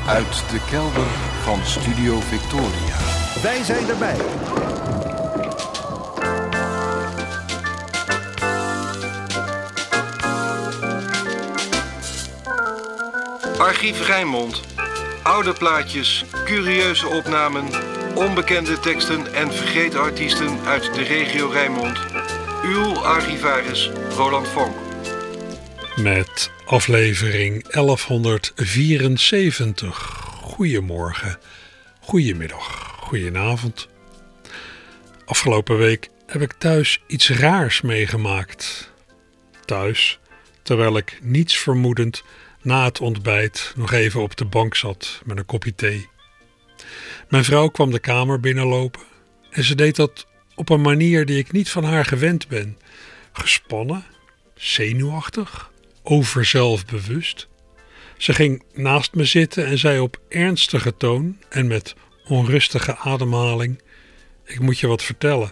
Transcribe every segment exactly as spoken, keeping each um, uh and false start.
Uit de kelder van Studio Victoria. Wij zijn erbij. Archief Rijnmond. Oude plaatjes, curieuze opnamen, onbekende teksten en vergeten artiesten uit de regio Rijnmond. Uw archivaris Roland Vonk. Met aflevering elfhonderdvierenzeventig. Goedemorgen, goedemiddag, goedenavond. Afgelopen week heb ik thuis iets raars meegemaakt. Thuis, terwijl ik niets vermoedend na het ontbijt nog even op de bank zat met een kopje thee. Mijn vrouw kwam de kamer binnenlopen en ze deed dat op een manier die ik niet van haar gewend ben. Gespannen, zenuwachtig, overzelfbewust. Ze ging naast me zitten en zei op ernstige toon en met onrustige ademhaling: "Ik moet je wat vertellen."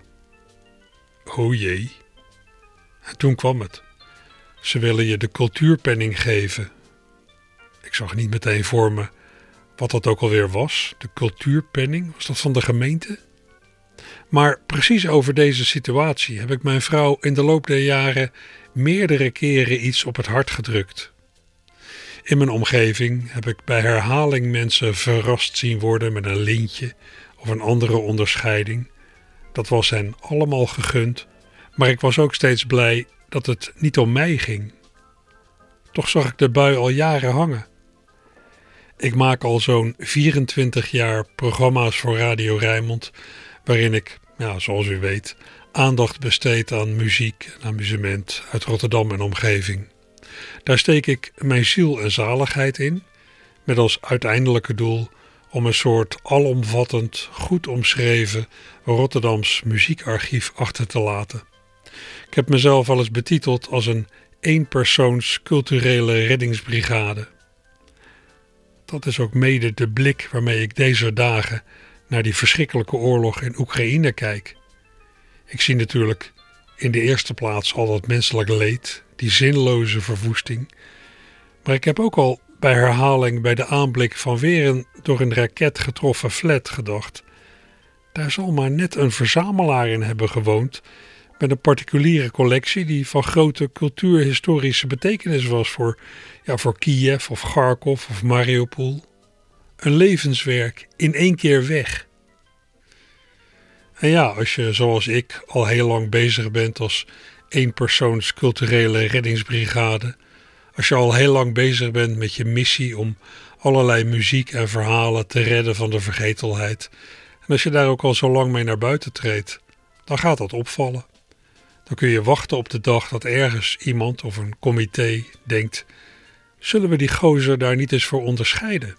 O jee. En toen kwam het. Ze willen je de cultuurpenning geven. Ik zag niet meteen voor me wat dat ook alweer was. De cultuurpenning, was dat van de gemeente? Maar precies over deze situatie heb ik mijn vrouw in de loop der jaren meerdere keren iets op het hart gedrukt. In mijn omgeving heb ik bij herhaling mensen verrast zien worden met een lintje of een andere onderscheiding. Dat was hen allemaal gegund, maar ik was ook steeds blij dat het niet om mij ging. Toch zag ik de bui al jaren hangen. Ik maak al zo'n vierentwintig jaar programma's voor Radio Rijnmond, waarin ik, ja, zoals u weet, aandacht besteed aan muziek en amusement uit Rotterdam en omgeving. Daar steek ik mijn ziel en zaligheid in, met als uiteindelijke doel om een soort alomvattend, goed omschreven Rotterdams muziekarchief achter te laten. Ik heb mezelf al eens betiteld als een eenpersoons culturele reddingsbrigade. Dat is ook mede de blik waarmee ik deze dagen naar die verschrikkelijke oorlog in Oekraïne kijk. Ik zie natuurlijk in de eerste plaats al dat menselijk leed, die zinloze verwoesting. Maar ik heb ook al bij herhaling bij de aanblik van weer een door een raket getroffen flat gedacht: daar zal maar net een verzamelaar in hebben gewoond met een particuliere collectie die van grote cultuurhistorische betekenis was voor, ja, voor Kiev of Kharkov of Mariupol. Een levenswerk in één keer weg. En ja, als je zoals ik al heel lang bezig bent als eenpersoons culturele reddingsbrigade, als je al heel lang bezig bent met je missie om allerlei muziek en verhalen te redden van de vergetelheid, en als je daar ook al zo lang mee naar buiten treedt, dan gaat dat opvallen. Dan kun je wachten op de dag dat ergens iemand of een comité denkt: zullen we die gozer daar niet eens voor onderscheiden?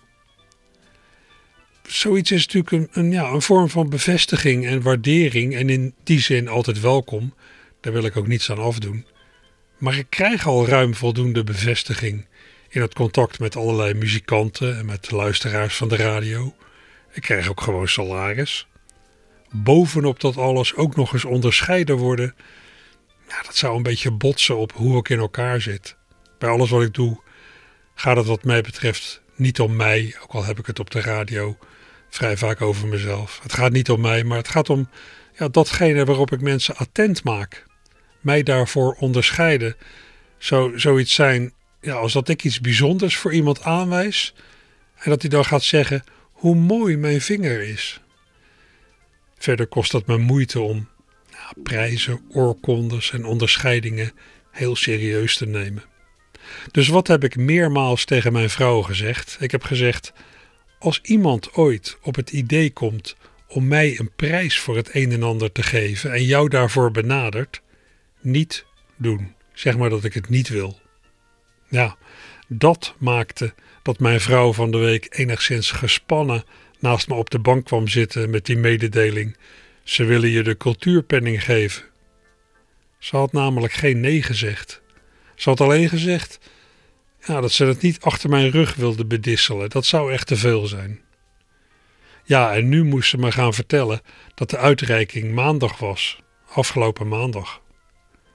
Zoiets is natuurlijk een, een, ja, een vorm van bevestiging en waardering en in die zin altijd welkom. Daar wil ik ook niets aan afdoen. Maar ik krijg al ruim voldoende bevestiging in het contact met allerlei muzikanten en met luisteraars van de radio. Ik krijg ook gewoon salaris. Bovenop dat alles ook nog eens onderscheiden worden. Ja, dat zou een beetje botsen op hoe ik in elkaar zit. Bij alles wat ik doe gaat het wat mij betreft niet om mij, ook al heb ik het op de radio vrij vaak over mezelf. Het gaat niet om mij, maar het gaat om ja, datgene waarop ik mensen attent maak. Mij daarvoor onderscheiden. Zou zoiets zijn, ja, als dat ik iets bijzonders voor iemand aanwijs en dat hij dan gaat zeggen hoe mooi mijn vinger is. Verder kost dat me moeite om ja, prijzen, oorkondes en onderscheidingen heel serieus te nemen. Dus wat heb ik meermaals tegen mijn vrouw gezegd? Ik heb gezegd: als iemand ooit op het idee komt om mij een prijs voor het een en ander te geven en jou daarvoor benadert, niet doen. Zeg maar dat ik het niet wil. Ja, dat maakte dat mijn vrouw van de week enigszins gespannen naast me op de bank kwam zitten met die mededeling: ze willen je de cultuurpenning geven. Ze had namelijk geen nee gezegd. Ze had alleen gezegd ja, dat ze het niet achter mijn rug wilde bedisselen. Dat zou echt te veel zijn. Ja, en nu moest ze me gaan vertellen dat de uitreiking maandag was. Afgelopen maandag.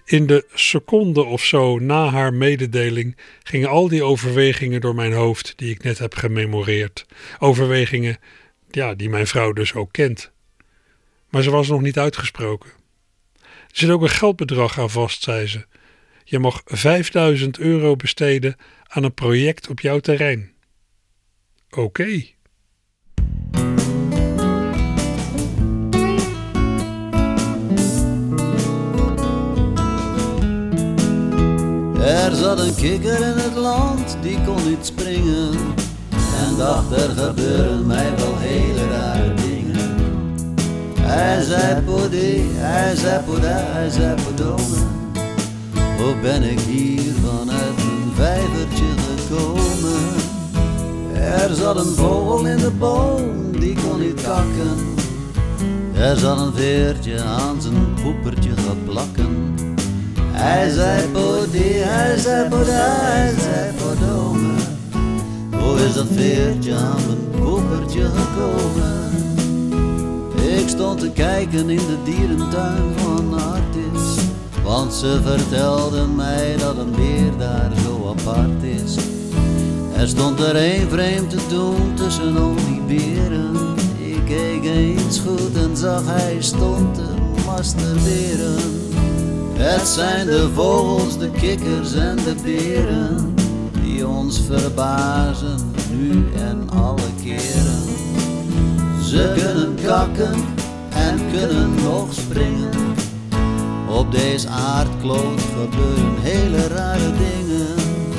In de seconde of zo na haar mededeling gingen al die overwegingen door mijn hoofd die ik net heb gememoreerd. Overwegingen, ja, die mijn vrouw dus ook kent. Maar ze was nog niet uitgesproken. Er zit ook een geldbedrag aan vast, zei ze. Je mag vijfduizend euro besteden aan een project op jouw terrein. Oké. Okay. Er zat een kikker in het land, die kon niet springen. En dacht, er gebeuren mij wel hele rare dingen. Hij zei podé, hij zei poda, hij zei podome. Hoe ben ik hier vanuit mijn vijvertje gekomen? Er zat een vogel in de boom, die kon niet kakken. Er zat een veertje aan zijn poepertje geplakken. Hij zei podé, hij zei poda, hij zei podome. Hoe is dat veertje aan mijn poepertje gekomen? Ik stond te kijken in de dierentuin van Artis, want ze vertelden mij dat een beer daar zo apart is. Er stond er een vreemd te doen tussen al die beren. Ik keek eens goed en zag hij stond te masturberen. Het zijn de vogels, de kikkers en de beren die ons verbazen nu en alle keren. Ze kunnen kakken en kunnen nog springen. Op deze aardkloot gebeuren hele rare dingen.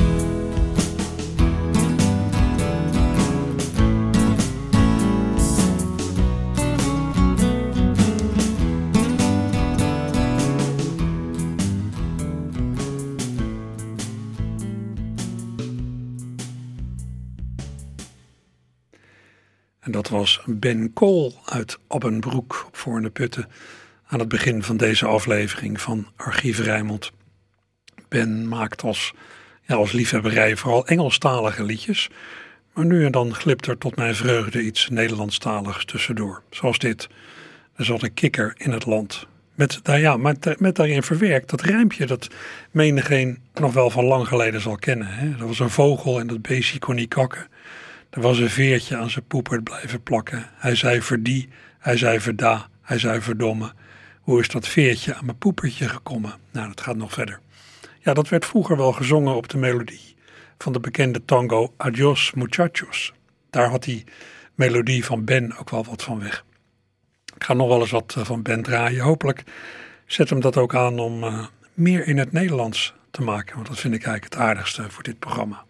En dat was Ben Kool uit Abbenbroek op Voorne Putten aan het begin van deze aflevering van Archief Rijnmond. Ben maakt als, ja, als liefhebberij vooral Engelstalige liedjes, maar nu en dan glipt er tot mijn vreugde iets Nederlandstaligs tussendoor. Zoals dit, er zat een kikker in het land. Met, nou ja, met, met daarin verwerkt dat rijmpje dat menigeen nog wel van lang geleden zal kennen. Hè? Dat was een vogel en dat beestje kon niet kakken. Er was een veertje aan zijn poepert blijven plakken. Hij zei verdie, hij zei verda, hij zei verdomme. Hoe is dat veertje aan mijn poepertje gekomen? Nou, dat gaat nog verder. Ja, dat werd vroeger wel gezongen op de melodie van de bekende tango Adios Muchachos. Daar had die melodie van Ben ook wel wat van weg. Ik ga nog wel eens wat van Ben draaien. Hopelijk zet hem dat ook aan om uh, meer in het Nederlands te maken. Want dat vind ik eigenlijk het aardigste voor dit programma.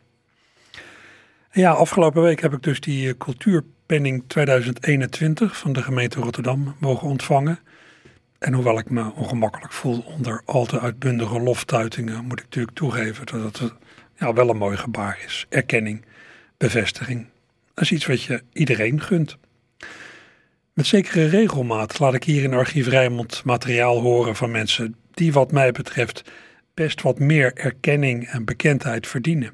En ja, afgelopen week heb ik dus die cultuurpenning tweeduizend eenentwintig van de gemeente Rotterdam mogen ontvangen. En hoewel ik me ongemakkelijk voel onder al te uitbundige loftuitingen, moet ik natuurlijk toegeven dat het ja, wel een mooi gebaar is. Erkenning, bevestiging. Dat is iets wat je iedereen gunt. Met zekere regelmaat laat ik hier in Archief Rijnmond materiaal horen van mensen die wat mij betreft best wat meer erkenning en bekendheid verdienen.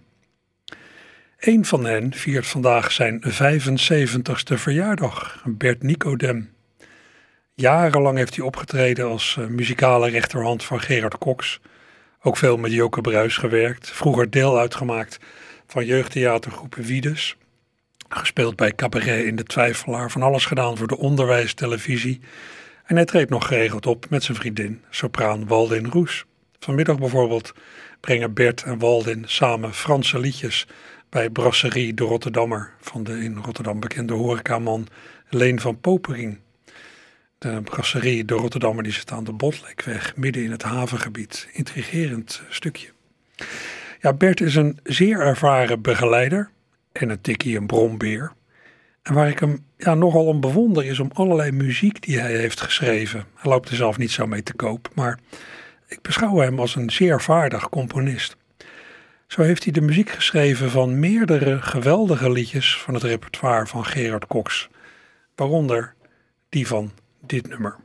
Eén van hen viert vandaag zijn vijfenzeventigste verjaardag, Bert Nicodem. Jarenlang heeft hij opgetreden als uh, muzikale rechterhand van Gerard Cox. Ook veel met Joke Bruis gewerkt. Vroeger deel uitgemaakt van jeugdtheatergroepen Wiedes. Gespeeld bij Cabaret in de Twijfelaar. Van alles gedaan voor de onderwijstelevisie. En hij treedt nog geregeld op met zijn vriendin, sopraan Waldin Roes. Vanmiddag bijvoorbeeld brengen Bert en Waldin samen Franse liedjes bij Brasserie de Rotterdammer van de in Rotterdam bekende horecaman Leen van Popering. De Brasserie de Rotterdammer die zit aan de Botlekweg, midden in het havengebied. Intrigerend stukje. Ja, Bert is een zeer ervaren begeleider en een tikkie een brombeer. En waar ik hem ja, nogal om bewonder is om allerlei muziek die hij heeft geschreven. Hij loopt er zelf niet zo mee te koop, maar ik beschouw hem als een zeer vaardig componist. Zo heeft hij de muziek geschreven van meerdere geweldige liedjes van het repertoire van Gerard Cox. Waaronder die van dit nummer.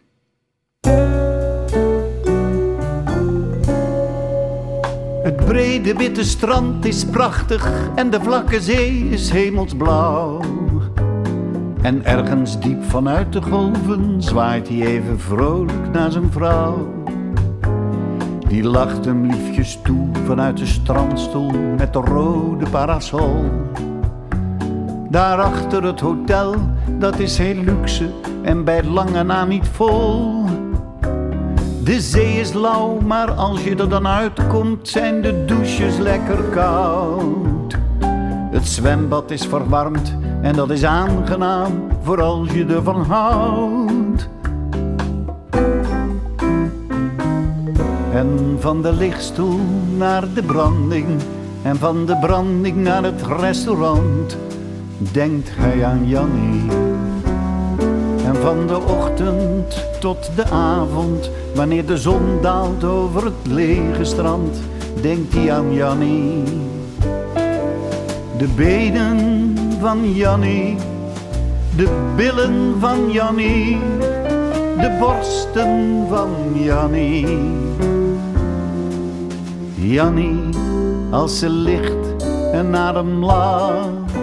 Het brede witte strand is prachtig en de vlakke zee is hemelsblauw. En ergens diep vanuit de golven zwaait hij even vrolijk naar zijn vrouw. Die lacht hem liefjes toe vanuit de strandstoel met de rode parasol. Daarachter het hotel, dat is heel luxe en bij lange na niet vol. De zee is lauw, maar als je er dan uitkomt zijn de douches lekker koud. Het zwembad is verwarmd en dat is aangenaam voor als je ervan houdt. En van de lichtstoel naar de branding en van de branding naar het restaurant denkt hij aan Jannie. En van de ochtend tot de avond, wanneer de zon daalt over het lege strand, denkt hij aan Jannie. De benen van Jannie, de billen van Jannie, de borsten van Jannie. Jannie, als ze ligt en naar hem lacht.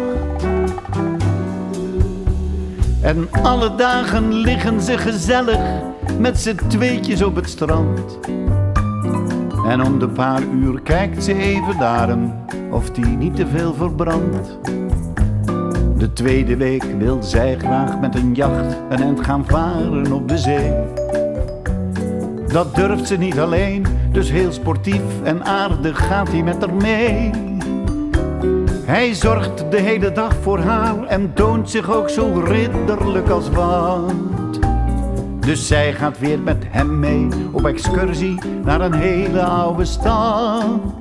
En alle dagen liggen ze gezellig met z'n tweetjes op het strand. En om de paar uur kijkt ze even naar hem of die niet te veel verbrandt. De tweede week wil zij graag met een jacht een eind gaan varen op de zee. Dat durft ze niet alleen, dus heel sportief en aardig gaat hij met haar mee. Hij zorgt de hele dag voor haar en toont zich ook zo ridderlijk als wat. Dus zij gaat weer met hem mee op excursie naar een hele oude stad.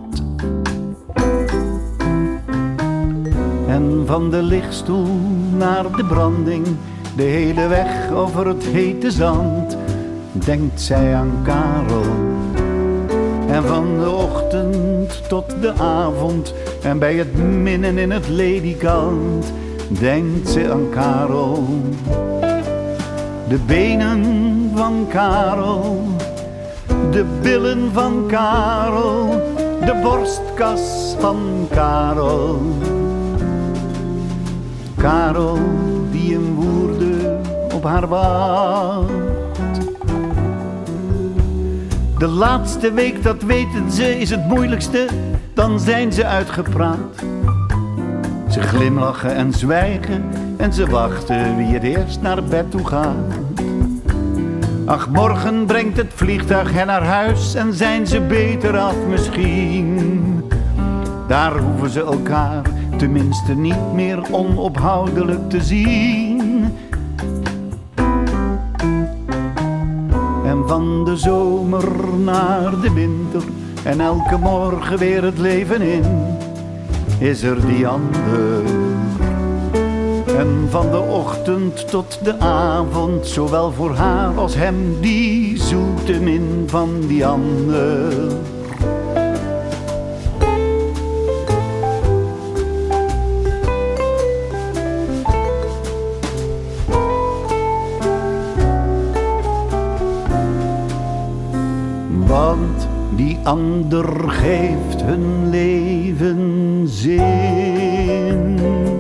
En van de lichtstoel naar de branding, de hele weg over het hete zand, denkt zij aan Karel. En van de ochtend tot de avond en bij het minnen in het ledikant denkt ze aan Karel. De benen van Karel, de billen van Karel, de borstkas van Karel. Karel die een woerde op haar wacht. De laatste week, dat weten ze, is het moeilijkste, dan zijn ze uitgepraat. Ze glimlachen en zwijgen en ze wachten wie het eerst naar bed toe gaat. Ach, morgen brengt het vliegtuig hen naar huis en zijn ze beter af misschien. Daar hoeven ze elkaar tenminste niet meer onophoudelijk te zien. En van de zomer naar de winter en elke morgen weer het leven in, is er die ander. En van de ochtend tot de avond, zowel voor haar als hem, die zoete min van die ander. Want die ander geeft hun leven zin.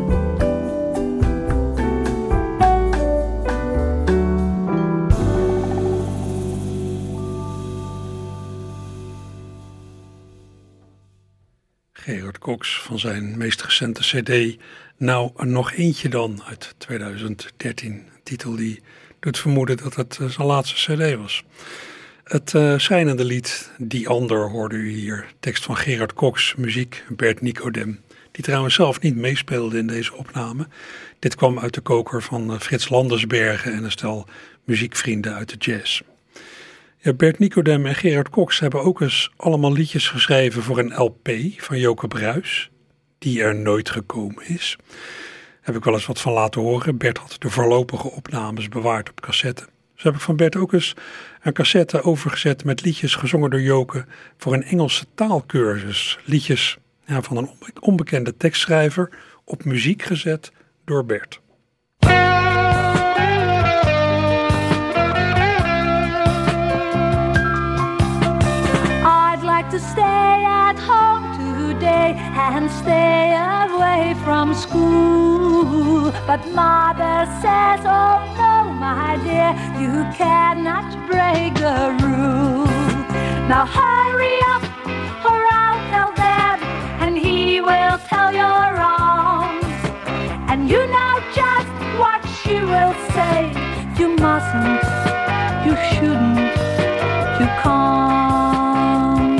Gerard Cox van zijn meest recente cd. Nou, nog eentje dan uit twintig dertien. Een titel die doet vermoeden dat het zijn laatste cd was. Het uh, schrijnende lied Die Ander hoorde u hier. Tekst van Gerard Cox, muziek Bert Nicodem. Die trouwens zelf niet meespeelde in deze opname. Dit kwam uit de koker van uh, Frits Landersbergen en een stel muziekvrienden uit de jazz. Ja, Bert Nicodem en Gerard Cox hebben ook eens allemaal liedjes geschreven voor een L P van Joke Bruis, die er nooit gekomen is. Daar heb ik wel eens wat van laten horen. Bert had de voorlopige opnames bewaard op cassette. Dus heb ik van Bert ook eens een cassette overgezet met liedjes gezongen door Joke voor een Engelse taalkursus. Liedjes ja, van een onbekende tekstschrijver op muziek gezet door Bert. I'd like to stay at home today and stay away from school, but mother says, oh no, my dear, you cannot break the rule. Now hurry up, or I'll tell Dad, and he will tell you're wrong. And you know just what she will say. You mustn't, you shouldn't, you can't.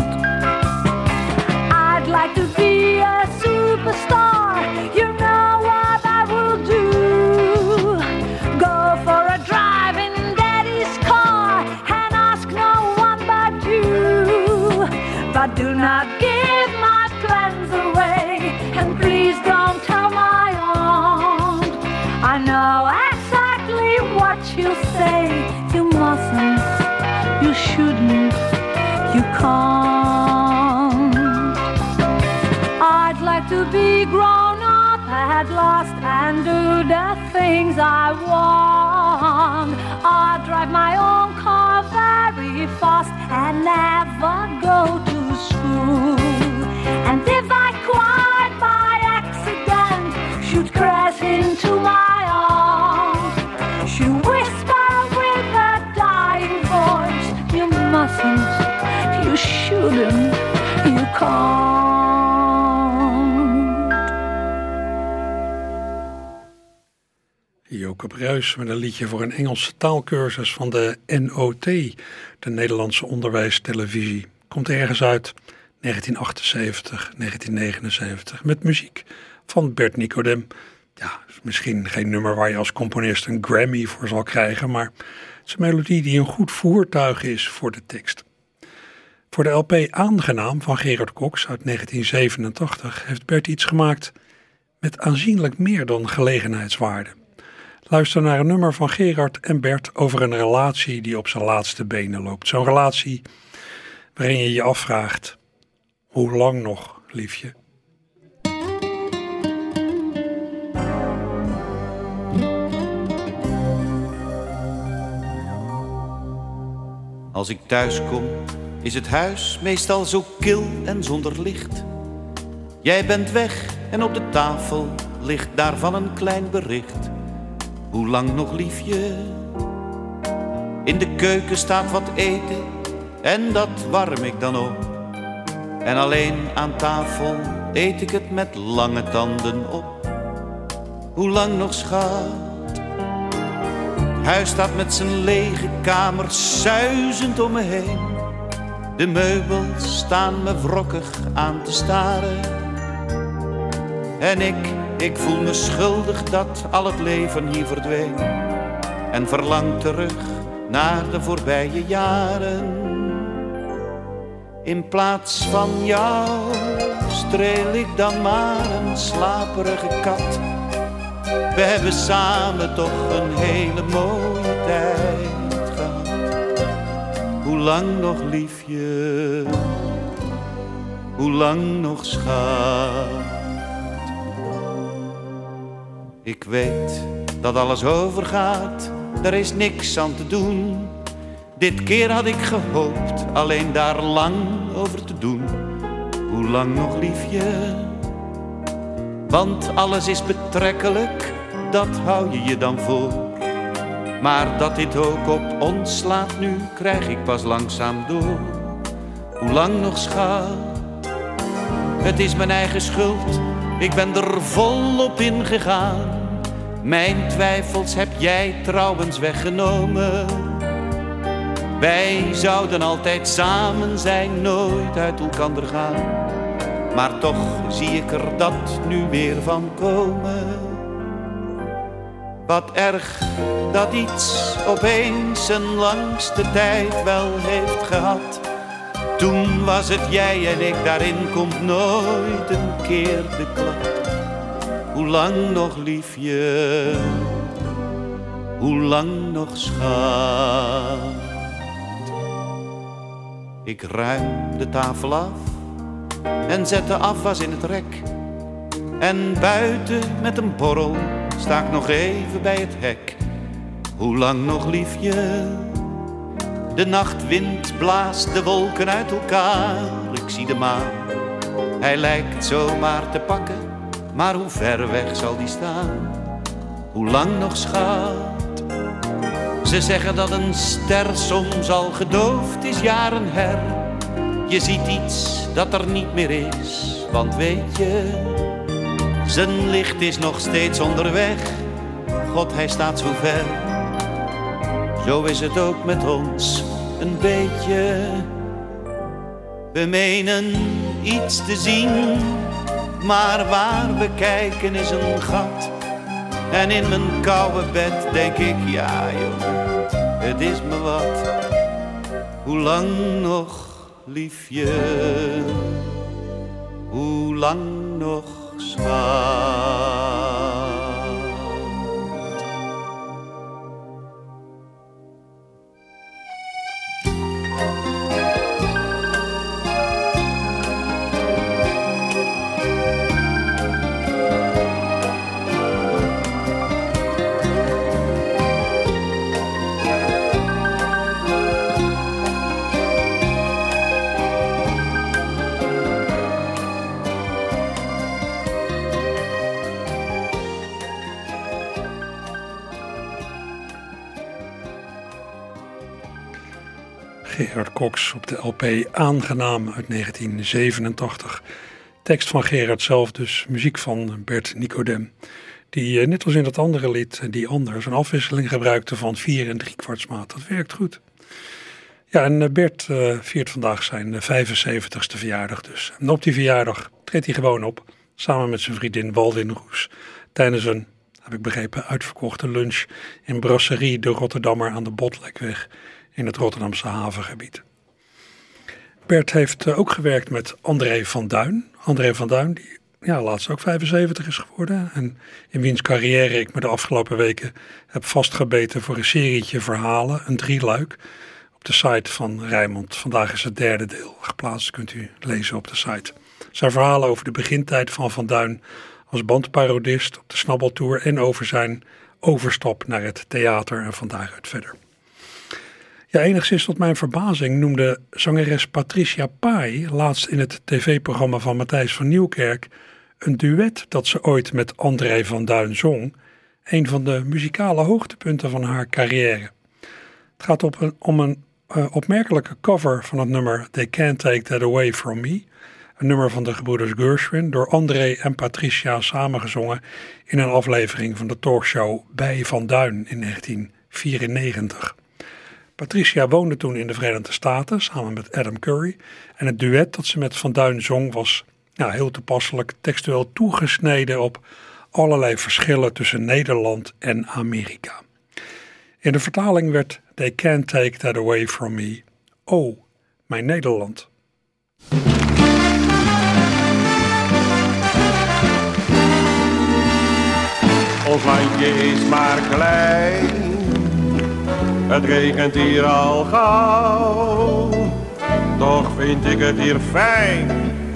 I'd like to be a superstar. You know what I will do. Go for a drive in Daddy's car and ask no one but you. But do not give my plans away, and please don't tell my aunt. I know exactly what you'll say. You mustn't, you shouldn't, you can't. I'd like to be grown up at last and do the things I want. I'd drive my own car very fast and never go to school. And if I cried by accident, she'd crash into my arms. She whispered with her dying voice, you mustn't, you shouldn't, you can't. Joke Bruis met een liedje voor een Engelse taalkursus van de N O T, de Nederlandse onderwijstelevisie. Komt ergens uit negentien achtenzeventig, negentien negenenzeventig, met muziek van Bert Nicodem. Ja, is misschien geen nummer waar je als componist een Grammy voor zal krijgen, maar het is een melodie die een goed voertuig is voor de tekst. Voor de L P Aangenaam van Gerard Cox uit negentien zevenentachtig heeft Bert iets gemaakt met aanzienlijk meer dan gelegenheidswaarde. Luister naar een nummer van Gerard en Bert over een relatie die op zijn laatste benen loopt. Zo'n relatie waarin je je afvraagt, hoe lang nog, liefje? Als ik thuis kom, is het huis meestal zo kil en zonder licht. Jij bent weg en op de tafel ligt daarvan een klein bericht. Hoe lang nog, liefje? In de keuken staat wat eten en dat warm ik dan op. En alleen aan tafel eet ik het met lange tanden op. Hoe lang nog, schat? Het huis staat met zijn lege kamer suizend om me heen. De meubels staan me wrokkig aan te staren. En ik, ik voel me schuldig dat al het leven hier verdween. En verlang terug naar de voorbije jaren. In plaats van jou streel ik dan maar een slaperige kat. We hebben samen toch een hele mooie tijd gehad. Hoe lang nog, liefje? Hoe lang nog, schat? Ik weet dat alles overgaat, er is niks aan te doen. Dit keer had ik gehoopt alleen daar lang over te doen. Hoe lang nog, liefje? Want alles is betrekkelijk, dat hou je je dan voor. Maar dat dit ook op ons slaat nu, krijg ik pas langzaam door. Hoe lang nog, schat? Het is mijn eigen schuld, ik ben er volop in gegaan. Mijn twijfels heb jij trouwens weggenomen. Wij zouden altijd samen zijn, nooit uit elkander gaan. Maar toch zie ik er dat nu weer van komen. Wat erg dat iets opeens zijn langste tijd wel heeft gehad. Toen was het jij en ik, daarin komt nooit een keer de klap. Hoe lang nog, liefje? Hoe lang nog, schat? Ik ruim de tafel af en zet de afwas in het rek. En buiten met een borrel sta ik nog even bij het hek. Hoe lang nog, liefje? De nachtwind blaast de wolken uit elkaar. Ik zie de maan, hij lijkt zomaar te pakken. Maar hoe ver weg zal die staan? Hoe lang nog, schat? Ze zeggen dat een ster soms al gedoofd is jaren her. Je ziet iets dat er niet meer is, want weet je, zijn licht is nog steeds onderweg. God, hij staat zo ver. Zo is het ook met ons een beetje. We menen iets te zien, maar waar we kijken is een gat. En in mijn koude bed denk ik, ja joh, het is me wat. Hoe lang nog, liefje, hoe lang nog, schat. Gerard Cox op de L P Aangenaam uit negentien zevenentachtig. Tekst van Gerard zelf dus, muziek van Bert Nicodem. Die net als in dat andere lied, Die Anders, een afwisseling gebruikte van vier en drie kwartsmaat. Dat werkt goed. Ja, en Bert uh, viert vandaag zijn vijfenzeventigste verjaardag dus. En op die verjaardag treedt hij gewoon op, samen met zijn vriendin Waldin Roes, tijdens een, heb ik begrepen, uitverkochte lunch in Brasserie de Rotterdammer aan de Botlekweg in het Rotterdamse havengebied. Bert heeft ook gewerkt met André van Duin. André van Duin, die ja, laatst ook vijfenzeventig is geworden. En in wiens carrière ik me de afgelopen weken heb vastgebeten voor een serietje verhalen, een drieluik, op de site van Rijnmond. Vandaag is het derde deel geplaatst, kunt u lezen op de site. Zijn verhalen over de begintijd van Van Duin als bandparodist op de Snabbeltour en over zijn overstap naar het theater en van daaruit verder. Ja, enigszins tot mijn verbazing noemde zangeres Patricia Pai laatst in het tv-programma van Matthijs van Nieuwkerk een duet dat ze ooit met André van Duin zong, een van de muzikale hoogtepunten van haar carrière. Het gaat op een, om een uh, opmerkelijke cover van het nummer They Can't Take That Away From Me, een nummer van de gebroeders Gershwin, door André en Patricia samengezongen in een aflevering van de talkshow Bij Van Duin in negentien vierennegentig. Patricia woonde toen in de Verenigde Staten samen met Adam Curry en het duet dat ze met Van Duin zong was ja, heel toepasselijk textueel toegesneden op allerlei verschillen tussen Nederland en Amerika. In de vertaling werd They Can't Take That Away From Me, oh, mijn Nederland. Ons landje is maar klein, het regent hier al gauw, toch vind ik het hier fijn,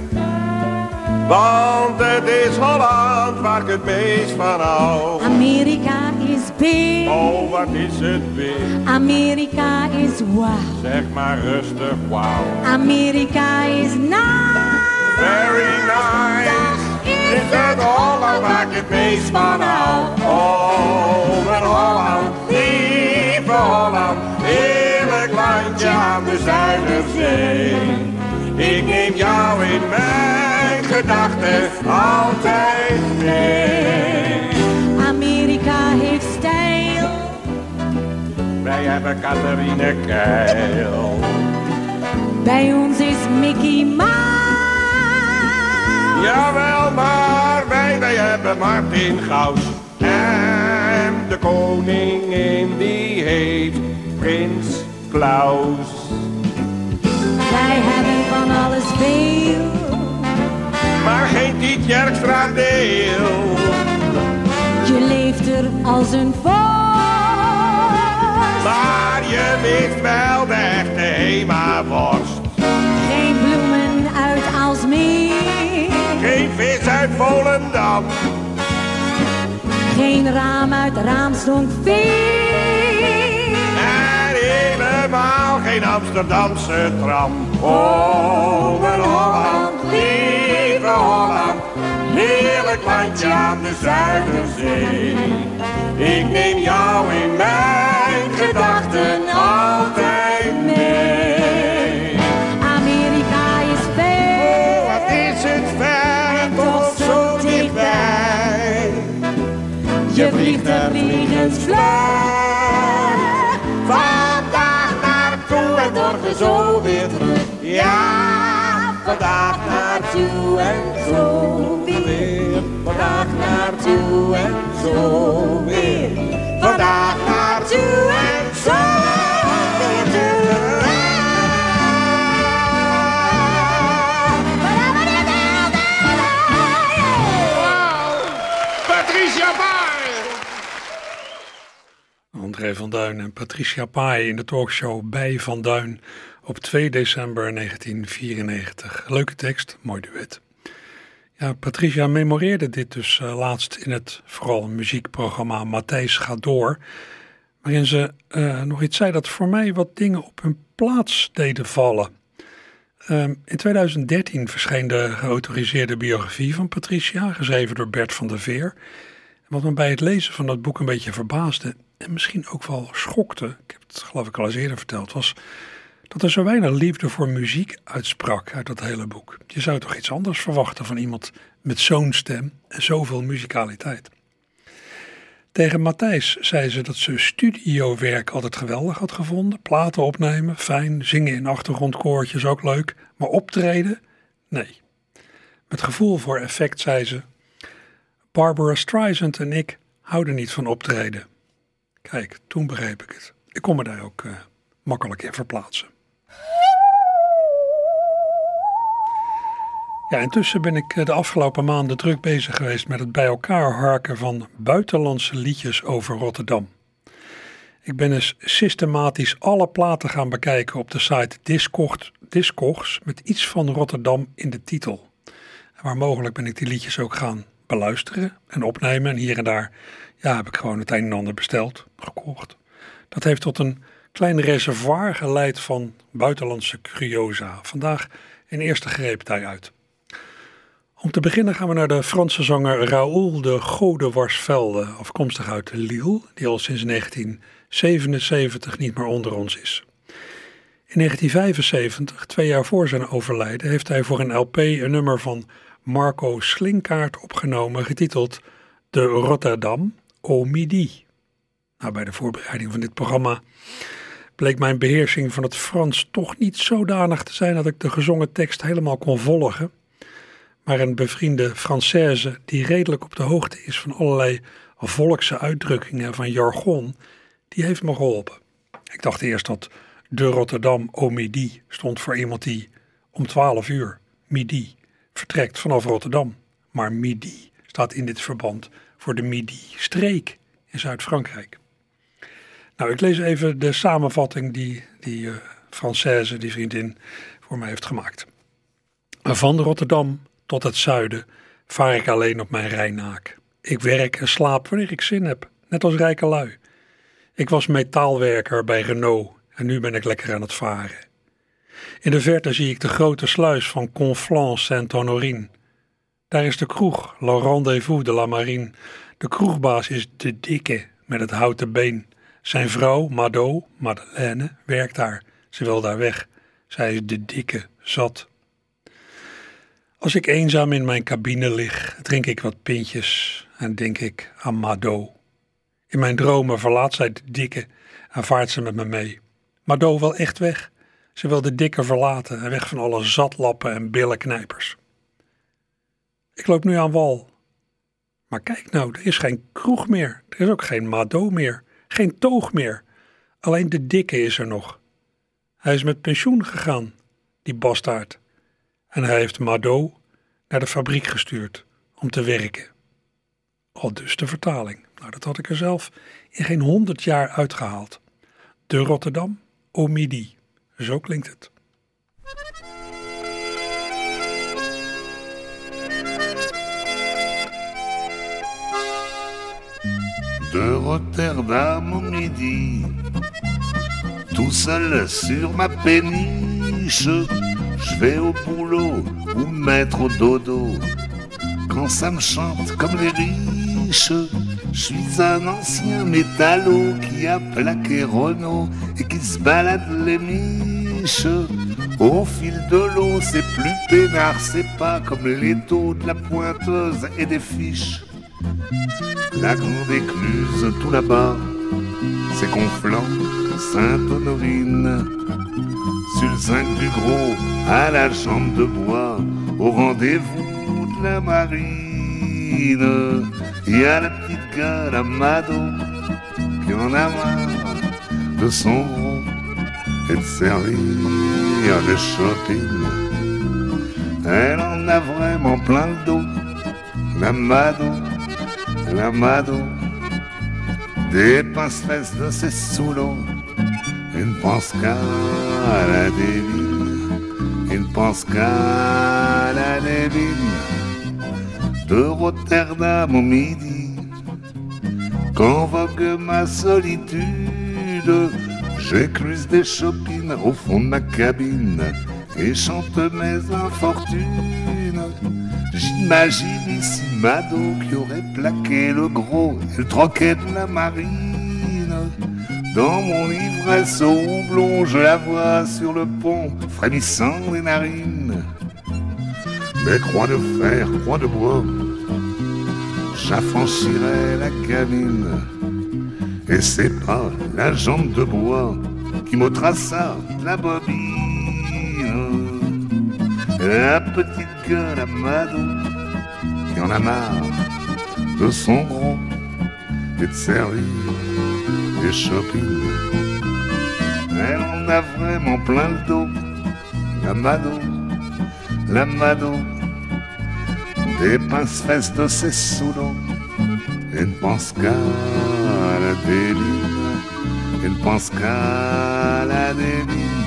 want het is Holland waar ik het meest van hou. Amerika is big, oh wat is het big, Amerika is wow, zeg maar rustig wow. Amerika is nice, very nice, is het Holland waar ik het meest van hou. Oh mijn Holland, lieve Holland, heerlijk landje aan de Zuiderzee. Ik neem jou in mijn gedachten altijd mee. Amerika heeft stijl, wij hebben Catharine Keil. bij ons is Mickey Mouse. Jawel, maar wij, wij hebben Martin Gauws. En de koningin die heet Prins Klaus. Wij hebben van alles veel, maar geen Tiet Jerkstra deel. je leeft er als een vorst, maar je mist wel de echte Hema-worst. geen bloemen uit Aalsmeer, geen vis uit Volendam, geen raam uit Raamsdonkveer, en helemaal geen Amsterdamse tram. Oh, mijn Holland, lieve Holland, heerlijk landje aan de Zuiderzee. Ik neem jou in mijn gedachten altijd mee. Amerika je vliegt er vliegensvlug. Vandaag naartoe en morgen zo weer terug. Ja, vandaag naartoe en zo weer. Vandaag naartoe en zo weer. Vandaag naartoe en zo weer terug. Patricia Pai! André van Duin en Patricia Pai in de talkshow Bij Van Duin op twee december negentien vierennegentig. Leuke tekst, mooi duet. Ja, Patricia memoreerde dit dus uh, laatst in het vooral muziekprogramma Matthijs gaat door, waarin ze uh, nog iets zei dat voor mij wat dingen op hun plaats deden vallen. Um, in tweeduizend dertien verscheen de geautoriseerde biografie van Patricia, geschreven door Bert van der Veer. En wat me bij het lezen van dat boek een beetje verbaasde en misschien ook wel schokte, ik heb het geloof ik al eens eerder verteld, was dat er zo weinig liefde voor muziek uitsprak uit dat hele boek. Je zou toch iets anders verwachten van iemand met zo'n stem en zoveel muzikaliteit. Tegen Matthijs zei ze dat ze studiowerk altijd geweldig had gevonden. Platen opnemen, fijn, zingen in achtergrondkoortjes ook leuk, maar optreden? Nee. Met gevoel voor effect zei ze: Barbara Streisand en ik houden niet van optreden. Kijk, toen begreep ik het. Ik kon me daar ook uh, makkelijk in verplaatsen. Ja, intussen ben ik de afgelopen maanden druk bezig geweest met het bij elkaar harken van buitenlandse liedjes over Rotterdam. Ik ben eens systematisch alle platen gaan bekijken op de site Discogs, Discogs met iets van Rotterdam in de titel. En waar mogelijk ben ik die liedjes ook gaan beluisteren en opnemen. En hier en daar ja, heb ik gewoon het een en ander besteld, gekocht. Dat heeft tot een klein reservoir geleid van buitenlandse curiosa. Vandaag een eerste greep daaruit. Om te beginnen gaan we naar de Franse zanger Raoul de Godewarsvelde, afkomstig uit Lille, die al sinds negentien zevenenzeventig niet meer onder ons is. In negentien vijfenzeventig, twee jaar voor zijn overlijden, heeft hij voor een L P een nummer van Marco Slinkaart opgenomen, getiteld De Rotterdam au Midi. Nou, bij de voorbereiding van dit programma bleek mijn beheersing van het Frans toch niet zodanig te zijn dat ik de gezongen tekst helemaal kon volgen. Maar een bevriende Française die redelijk op de hoogte is van allerlei volkse uitdrukkingen van jargon, die heeft me geholpen. Ik dacht eerst dat de Rotterdam au Midi stond voor iemand die om twaalf uur, midi, vertrekt vanaf Rotterdam. Maar midi staat in dit verband voor de Midi-streek in Zuid-Frankrijk. Nou, ik lees even de samenvatting die die uh, Française, die vriendin, voor mij heeft gemaakt. Van Rotterdam tot het zuiden vaar ik alleen op mijn rijnaak. Ik werk en slaap wanneer ik zin heb, net als rijke lui. Ik was metaalwerker bij Renault en nu ben ik lekker aan het varen. In de verte zie ik de grote sluis van Conflans-Sainte-Honorine. Daar is de kroeg, Le Rendez-vous de la Marine. De kroegbaas is de dikke met het houten been. Zijn vrouw, Mado, Madeleine, werkt daar. Ze wil daar weg. Zij is de dikke, zat. Als ik eenzaam in mijn cabine lig, drink ik wat pintjes en denk ik aan Mado. In mijn dromen verlaat zij de dikke en vaart ze met me mee. Mado wil echt weg. Ze wil de dikke verlaten en weg van alle zatlappen en billenknijpers. Ik loop nu aan wal. Maar kijk nou, er is geen kroeg meer. Er is ook geen Mado meer. Geen toog meer. Alleen de dikke is er nog. Hij is met pensioen gegaan, die bastaard. En hij heeft Mado naar de fabriek gestuurd om te werken. Al dus de vertaling. Nou, dat had ik er zelf in geen honderd jaar uitgehaald. De Rotterdam au Midi. Zo klinkt het. De Rotterdam au Midi, tout seul sur ma péniche. Je vais au boulot ou mettre au dodo. Quand ça me chante comme les riches, je suis un ancien métallo qui a plaqué Renault et qui se balade les miches. Au fil de l'eau, c'est plus peinard, c'est pas comme les taux de la pointeuse et des fiches. La grande écluse tout là-bas, c'est Conflans, Sainte-Honorine. Sur le cinq du Gros, à la jambe de bois, au rendez-vous de la marine. Il y a la petite gueule à Mado qui en a marre de son gros et de servir des shopping. Elle en a vraiment plein le dos, la Mado, la Mado. Des pince-fesses de ses sous l'eau. Il ne pense qu'à la débine, il ne pense qu'à la débine. De Rotterdam au midi, quand vogue ma solitude, j'écluse des chopines au fond de ma cabine et chante mes infortunes. J'imagine ici Mado qui aurait plaqué le gros et le troquet de la marine. Dans mon ivresse au houblon, je la vois sur le pont, frémissant les narines. Mes croix de fer, croix de bois, j'affranchirai la cabine. Et c'est pas la jambe de bois qui me traça la bobine. La petite gueule à Mado qui en a marre de son gros et de servir des shopping. Elle en a vraiment plein le dos, la Mado, la Mado. Des pince-fesses de ses sous l'eau. Elle ne pense qu'à la débine, elle ne pense qu'à la débine.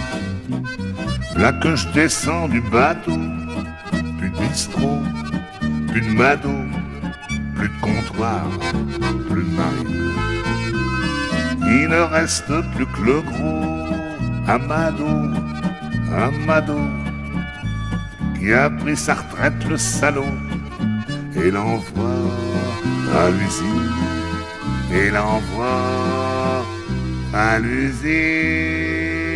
Là que je descends du bateau, plus de bistrot, plus de Mado, plus de comptoir, plus de marine. Il ne reste plus que le gros Amado, Amado, qui a pris sa retraite le salaud et l'envoie à l'usine, et l'envoie à l'usine.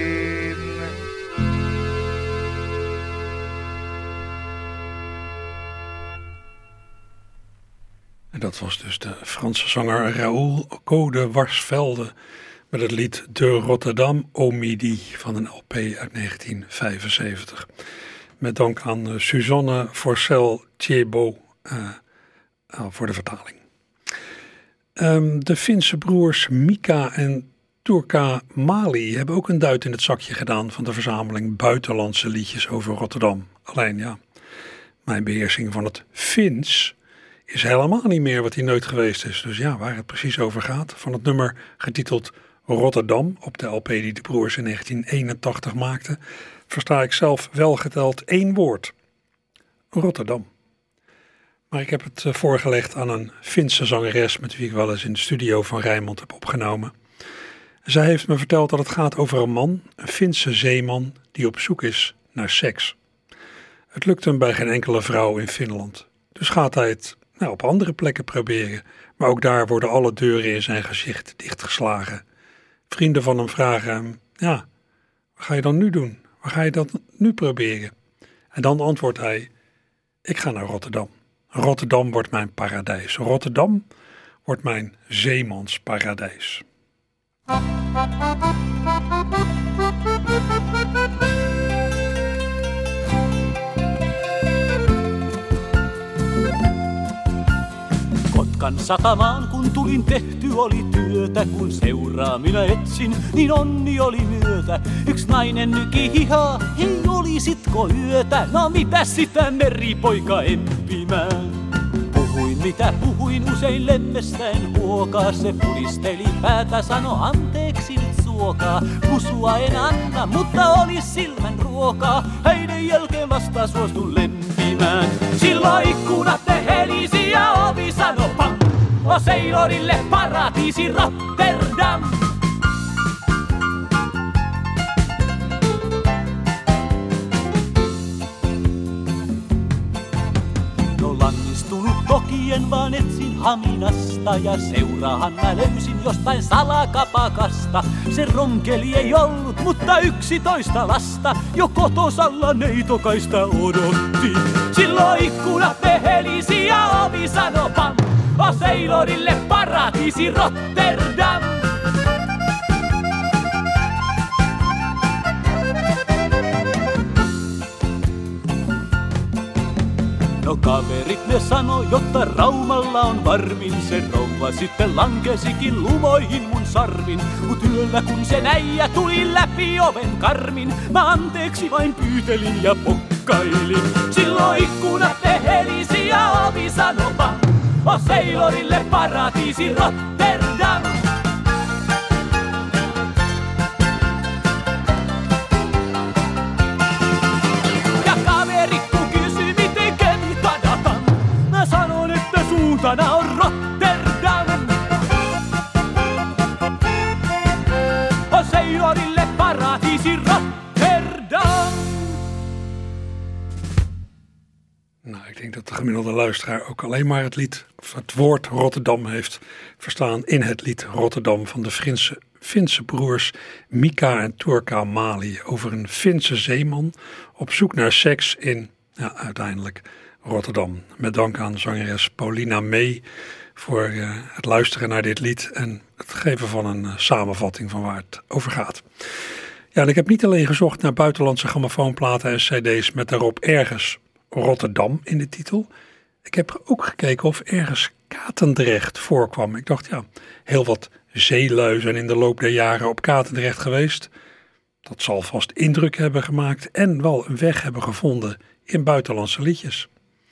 En dat was dus de Franse zanger Raoul Code-Warsvelde met het lied De Rotterdam au Midi van een L P uit negentien vijfenzeventig. Met dank aan uh, Suzanne Forcel-Thiebaud uh, uh, voor de vertaling. Um, de Finse broers Mika en Turka Mali hebben ook een duit in het zakje gedaan van de verzameling buitenlandse liedjes over Rotterdam. Alleen ja, mijn beheersing van het Fins is helemaal niet meer wat hij nooit geweest is. Dus ja, waar het precies over gaat. Van het nummer getiteld Rotterdam op de L P die de broers in negentien eenentachtig maakten, versta ik zelf wel geteld één woord. Rotterdam. Maar ik heb het voorgelegd aan een Finse zangeres met wie ik wel eens in de studio van Rijnmond heb opgenomen. Zij heeft me verteld dat het gaat over een man, een Finse zeeman, die op zoek is naar seks. Het lukt hem bij geen enkele vrouw in Finland. Dus gaat hij het nou, op andere plekken proberen. Maar ook daar worden alle deuren in zijn gezicht dichtgeslagen. Vrienden van hem vragen hem, ja, wat ga je dan nu doen? Waar ga je dat nu proberen? En dan antwoordt hij, ik ga naar Rotterdam. Rotterdam wordt mijn paradijs. Rotterdam wordt mijn zeemansparadijs. Kotkan satamaan, kun tulin tehty oli työtä. Kun seuraa minä etsin, niin onni oli myötä. Yks nainen nyki hihaa, hei olisitko yötä? No mitä sitä meripoika empimään? Puhuin mitä puhuin usein lemmestäen huokaa. Se pudisteli päätä, sano anteeksi nyt suokaa. Pusua en anna, mutta olis silmän ruokaa. Häiden jälkeen vasta suostun lempimään. Silloin ikkunat ne helisi ja ovi sano pam. O Seilorille paratiisi Rotterdam. No lannistunut toki en vaan etsin Haminasta. Ja seuraahan mä löysin jostain salakapakasta. Se ronkeli ei ollut, mutta yksitoista lasta jo kotosalla neitokaista odotti. Silloin ikkunat ne helisi ja ovi sano pam. O sailorille paratiisi Rotterdam. No kaverit ne sano, jotta Raumalla on varmin. Se rouva sitten lankesikin lumoihin mun sarvin. Mut yöllä kun se näijä tuli läpi oven karmin, mä anteeksi vain pyytelin ja pokkailin. Silloin ikkunat ne helisi ja ovi sano vaan, o sailorille paratiisi Rotterdam. Suuntana on Rotterdam. O sailorille paratiisi Rotterdam. Nou, ik denk dat de gemiddelde luisteraar ook alleen maar het lied, of het woord Rotterdam heeft verstaan in het lied Rotterdam van de Finse, Finse broers Mika en Turka Mali over een Finse zeeman op zoek naar seks in, ja, uiteindelijk Rotterdam. Met dank aan zangeres Paulina May voor uh, het luisteren naar dit lied en het geven van een uh, samenvatting van waar het over gaat. Ja, en ik heb niet alleen gezocht naar buitenlandse grammofoonplaten en cd's met daarop ergens Rotterdam in de titel. Ik heb ook gekeken of ergens Katendrecht voorkwam. Ik dacht, ja, heel wat zeelui zijn in de loop der jaren op Katendrecht geweest. Dat zal vast indruk hebben gemaakt en wel een weg hebben gevonden in buitenlandse liedjes.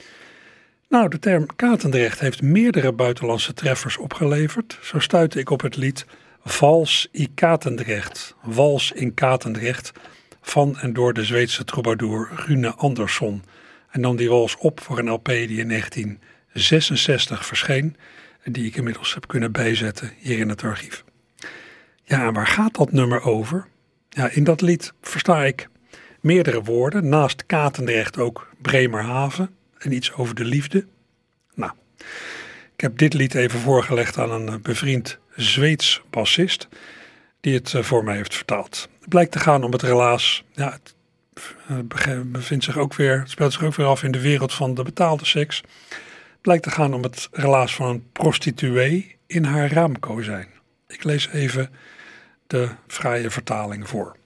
Nou, de term Katendrecht heeft meerdere buitenlandse treffers opgeleverd. Zo stuitte ik op het lied Vals i Katendrecht, Wals in Katendrecht, van en door de Zweedse troubadour Rune Andersson. En nam die wals op voor een L P die in negentien zesenzestig verscheen en die ik inmiddels heb kunnen bijzetten hier in het archief. Ja, en waar gaat dat nummer over? Ja, in dat lied versta ik meerdere woorden, naast Katendrecht ook Bremerhaven en iets over de liefde. Nou, ik heb dit lied even voorgelegd aan een bevriend Zweeds bassist die het voor mij heeft vertaald. Het blijkt te gaan om het relaas. Ja, het bevindt zich ook weer, het speelt zich ook weer af in de wereld van de betaalde seks. Het blijkt te gaan om het relaas van een prostituee in haar raamkozijn. Ik lees even de fraaie vertaling voor.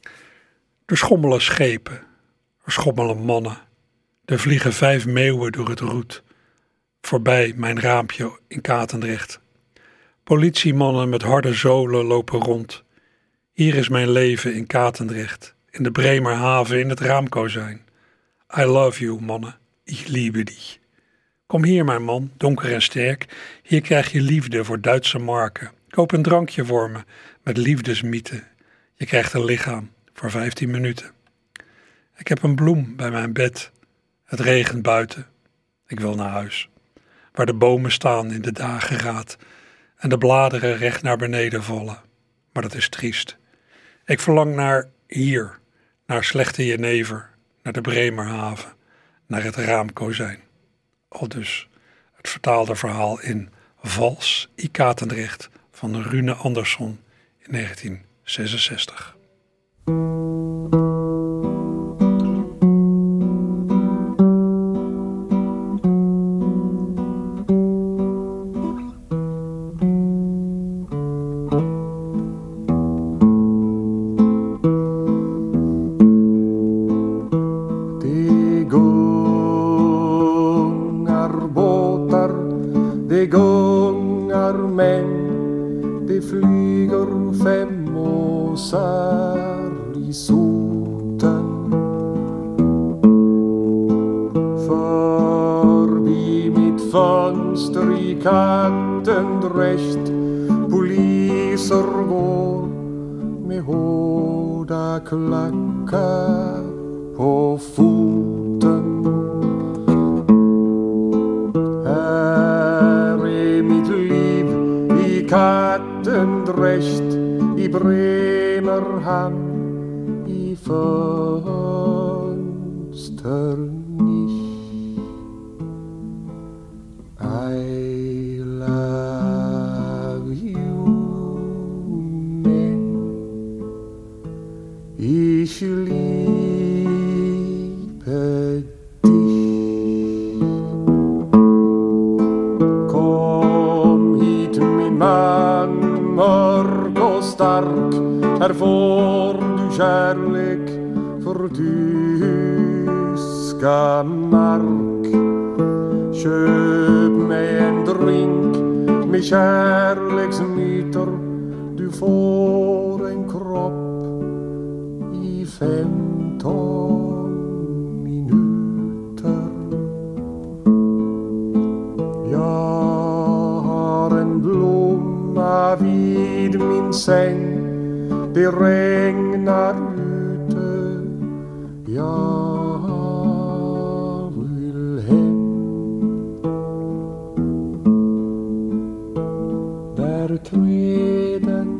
Er schommelen schepen, er schommelen mannen. Er vliegen vijf meeuwen door het roet, voorbij mijn raampje in Katendrecht. Politiemannen met harde zolen lopen rond. Hier is mijn leven in Katendrecht, in de Bremerhaven in het raamkozijn. I love you, mannen, ich liebe dich. Kom hier, mijn man, donker en sterk, hier krijg je liefde voor Duitse marken. Koop een drankje voor me, met liefdesmieten. Je krijgt een lichaam voor vijftien minuten. Ik heb een bloem bij mijn bed. Het regent buiten. Ik wil naar huis. Waar de bomen staan in de dageraad en de bladeren recht naar beneden vallen. Maar dat is triest. Ik verlang naar hier, naar slechte jenever, naar de Bremerhaven, naar het raamkozijn. Aldus het vertaalde verhaal in Vals i Katendrecht van Rune Andersson in negentien zesenzestig. Katendrecht, poliser går med hårda klackar på foten. Här är mitt liv i Katendrecht, i Bremerhamn, i Fönsternisch. I love you, men ich liebe dich. Komm mörk och stark. Här får du kärlek för tyska mark. Köp mig en drink med kärleksmyter. Du får en kropp i femton minuter. Jag har en blomma vid min säng. Det regnar ute. Jag vill hem. Där träden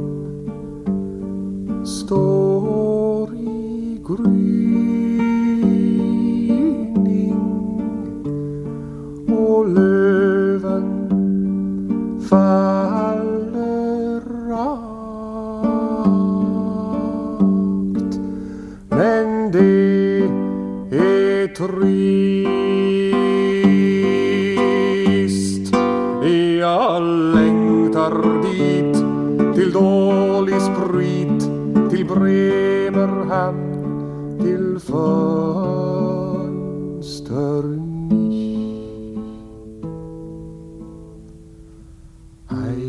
står i gryning och löven faller rakt. Men det är trist. Jag längtar dit till dålig sprit, till Bremerhamn, till fönsternisch. I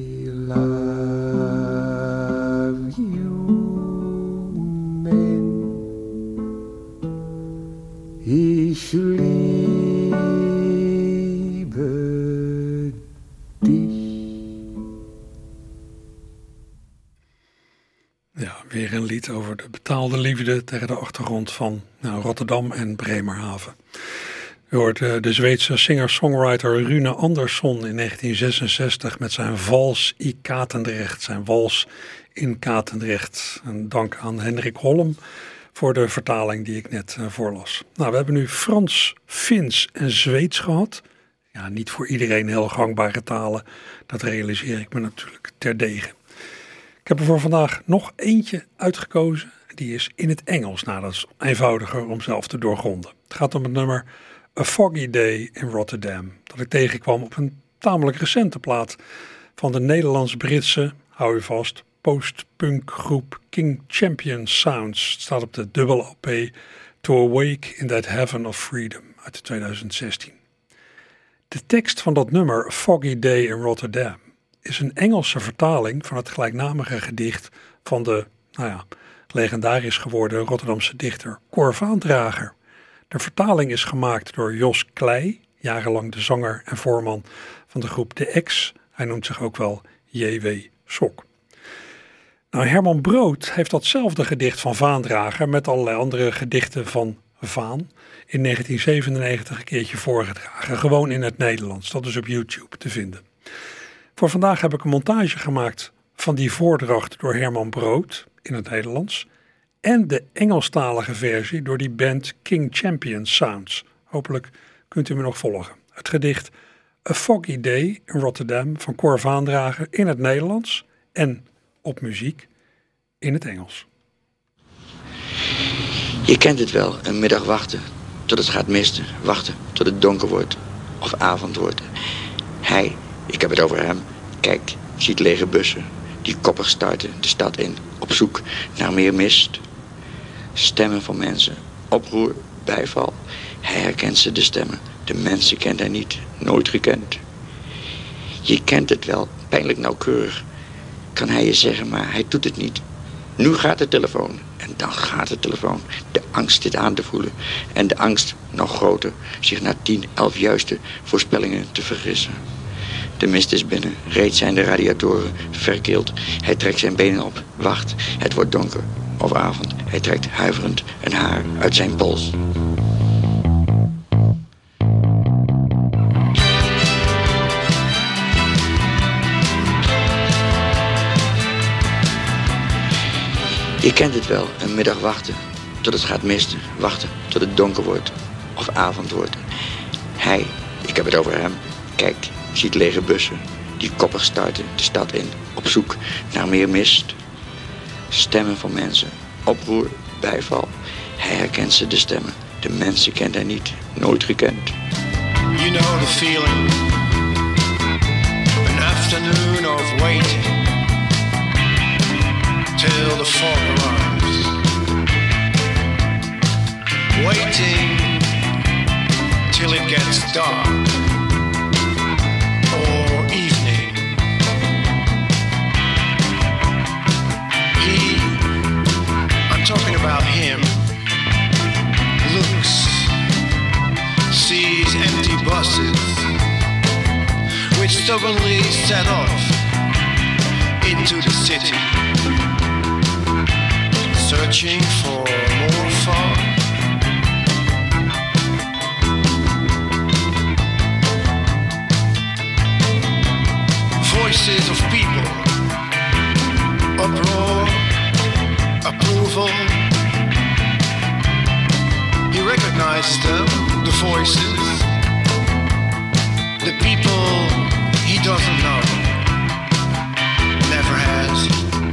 love you, men ich liebe dich. Ja, weer een lied over de betaalde liefde tegen de achtergrond van nou, Rotterdam en Bremerhaven. U hoort uh, de Zweedse singer-songwriter Rune Andersson in negentien zesenzestig met zijn Vals i Katendrecht, zijn wals in Katendrecht. En dank aan Hendrik Holm voor de vertaling die ik net uh, voorlas. Nou, we hebben nu Frans, Fins en Zweeds gehad. Ja, niet voor iedereen heel gangbare talen. Dat realiseer ik me natuurlijk terdege. Ik heb er voor vandaag nog eentje uitgekozen. Die is in het Engels. Nou, dat is eenvoudiger om zelf te doorgronden. Het gaat om het nummer A Foggy Day in Rotterdam. Dat ik tegenkwam op een tamelijk recente plaat van de Nederlands-Britse, hou je vast, post-punk groep King Champion Sounds. Het staat op de dubbele L P To Awake in That Heaven of Freedom uit tweeduizend zestien. De tekst van dat nummer, A Foggy Day in Rotterdam, is een Engelse vertaling van het gelijknamige gedicht van de, nou ja, legendarisch geworden Rotterdamse dichter Cor Vaandrager. De vertaling is gemaakt door Jos Klei, jarenlang de zanger en voorman van de groep De X. Hij noemt zich ook wel J W Sok. Nou, Herman Brood heeft datzelfde gedicht van Vaandrager met allerlei andere gedichten van Vaan in negentien zevenennegentig een keertje voorgedragen. Gewoon in het Nederlands. Dat is op YouTube te vinden. Voor vandaag heb ik een montage gemaakt van die voordracht door Herman Brood in het Nederlands en de Engelstalige versie door die band King Champion Sounds. Hopelijk kunt u me nog volgen. Het gedicht A Foggy Day in Rotterdam van Cor Vaandrager in het Nederlands en op muziek in het Engels. Je kent het wel, een middag wachten tot het gaat misten, wachten tot het donker wordt of avond wordt. Hij, ik heb het over hem, kijkt, ziet lege bussen die koppig starten de stad in, op zoek naar meer mist. Stemmen van mensen, oproer, bijval. Hij herkent ze de stemmen, de mensen kent hij niet, nooit gekend. Je kent het wel, pijnlijk nauwkeurig, kan hij je zeggen, maar hij doet het niet. Nu gaat de telefoon en dan gaat de telefoon. De angst dit aan te voelen en de angst nog groter, zich na tien, elf juiste voorspellingen te vergissen. De mist is binnen, reeds zijn de radiatoren verkeeld. Hij trekt zijn benen op, wacht, het wordt donker of avond. Hij trekt huiverend een haar uit zijn pols. Je kent het wel, een middag wachten tot het gaat misten, wachten tot het donker wordt of avond wordt. Hij, ik heb het over hem, kijkt, ziet lege bussen die koppig starten de stad in, op zoek naar meer mist. Stemmen van mensen, oproer, bijval. Hij herkent ze de stemmen, de mensen kent hij niet, nooit gekend. You know the feeling, an afternoon of waiting. fog arrives, waiting till it gets dark or evening. He, I'm talking about him, looks, sees empty buses which stubbornly set off into the city, searching for more fog. Voices of people, uproar, approval. He recognizes them, the voices, the people he doesn't know, never has.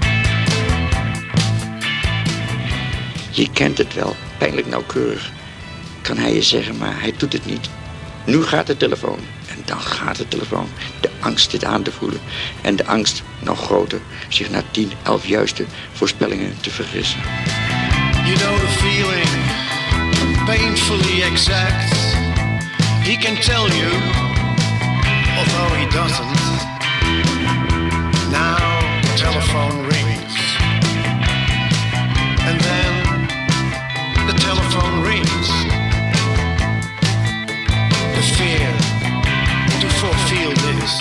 Je kent het wel, pijnlijk nauwkeurig, kan hij je zeggen, maar hij doet het niet. Nu gaat de telefoon en dan gaat de telefoon. De angst dit aan te voelen en de angst nog groter, zich na tien, elf juiste voorspellingen te vergissen. You know the feeling, painfully exact. He can tell you, although he doesn't. Now the telephone rings, and then the telephone rings. The fear to fulfill this,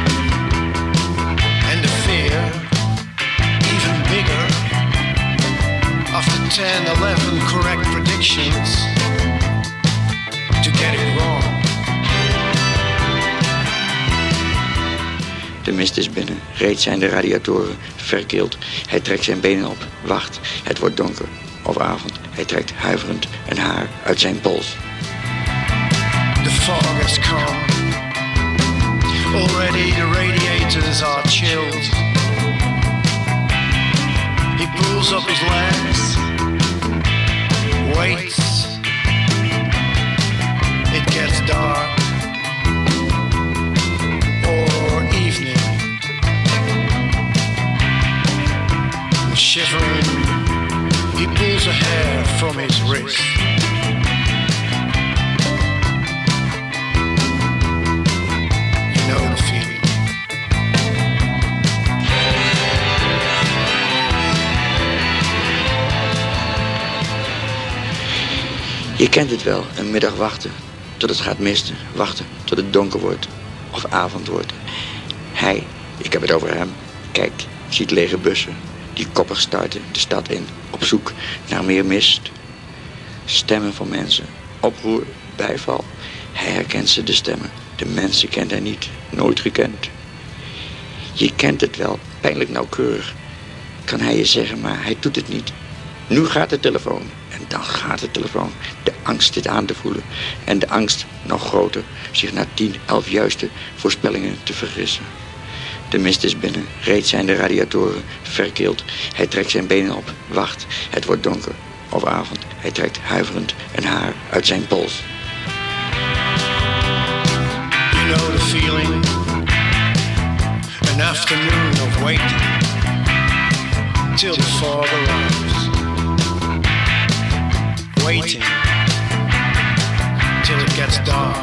and the fear even bigger after ten, eleven correct predictions to get it wrong. De mist is binnen, reeds zijn de radiatoren verkeeld. Hij trekt zijn benen op, wacht, het wordt donker of avond. Hij trekt huiverend een haar uit zijn pols. The fog has come. Already the radiators are chilled. He pulls up his legs, waits. It gets dark or evening. Shivering, he pulls a hair from his wrist. You know the feeling. Je kent het wel, een middag wachten tot het gaat misten, wachten tot het donker wordt of avond wordt. Hij, ik heb het over hem, kijkt, ziet lege bussen die koppig starten de stad in, op zoek naar meer mist. Stemmen van mensen, oproer, bijval. Hij herkent ze, de stemmen. De mensen kent hij niet, nooit gekend. Je kent het wel, pijnlijk nauwkeurig, kan hij je zeggen, maar hij doet het niet. Nu gaat de telefoon en dan gaat de telefoon. De angst dit aan te voelen en de angst nog groter, zich na tien, elf juiste voorspellingen te vergissen. De mist is binnen, reeds zijn de radiatoren verkeeld. Hij trekt zijn benen op, wacht, het wordt donker of avond. Hij trekt huiverend een haar uit zijn pols. You know the feeling, an afternoon of waiting till the fog arrives. Waiting till it gets dark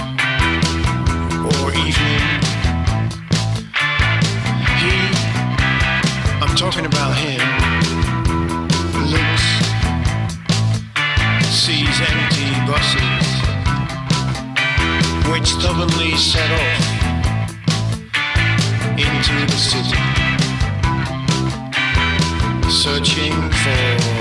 or evening. He, I'm talking about him, looks, sees empty buses which stubbornly set off into the city, searching for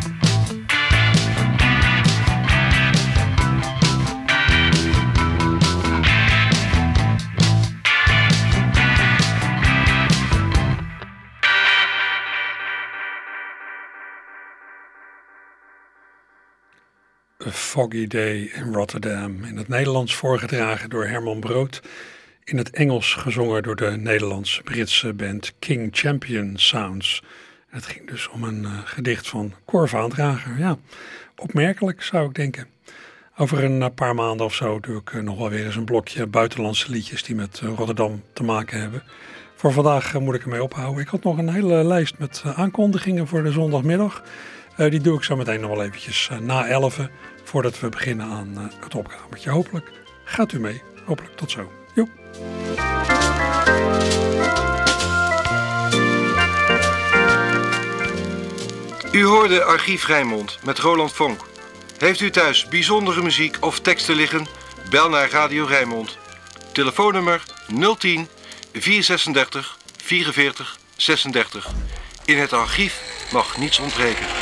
A Foggy Day in Rotterdam. In het Nederlands voorgedragen door Herman Brood. In het Engels gezongen door de Nederlands-Britse band King Champion Sounds. Het ging dus om een uh, gedicht van Cor Vaandrager. Ja, opmerkelijk zou ik denken. Over een paar maanden of zo doe ik nog wel weer eens een blokje buitenlandse liedjes die met Rotterdam te maken hebben. Voor vandaag moet ik ermee ophouden. Ik had nog een hele lijst met aankondigingen voor de zondagmiddag. Uh, die doe ik zo meteen nog wel eventjes uh, na elfen, voordat we beginnen aan uh, het opkamertje. Hopelijk gaat u mee. Hopelijk tot zo. Jo. U hoorde Archief Rijnmond met Roland Vonk. Heeft u thuis bijzondere muziek of teksten liggen? Bel naar Radio Rijnmond. Telefoonnummer nul tien, vierhonderdzesendertig, vierenveertig, zesendertig. In het archief mag niets ontbreken.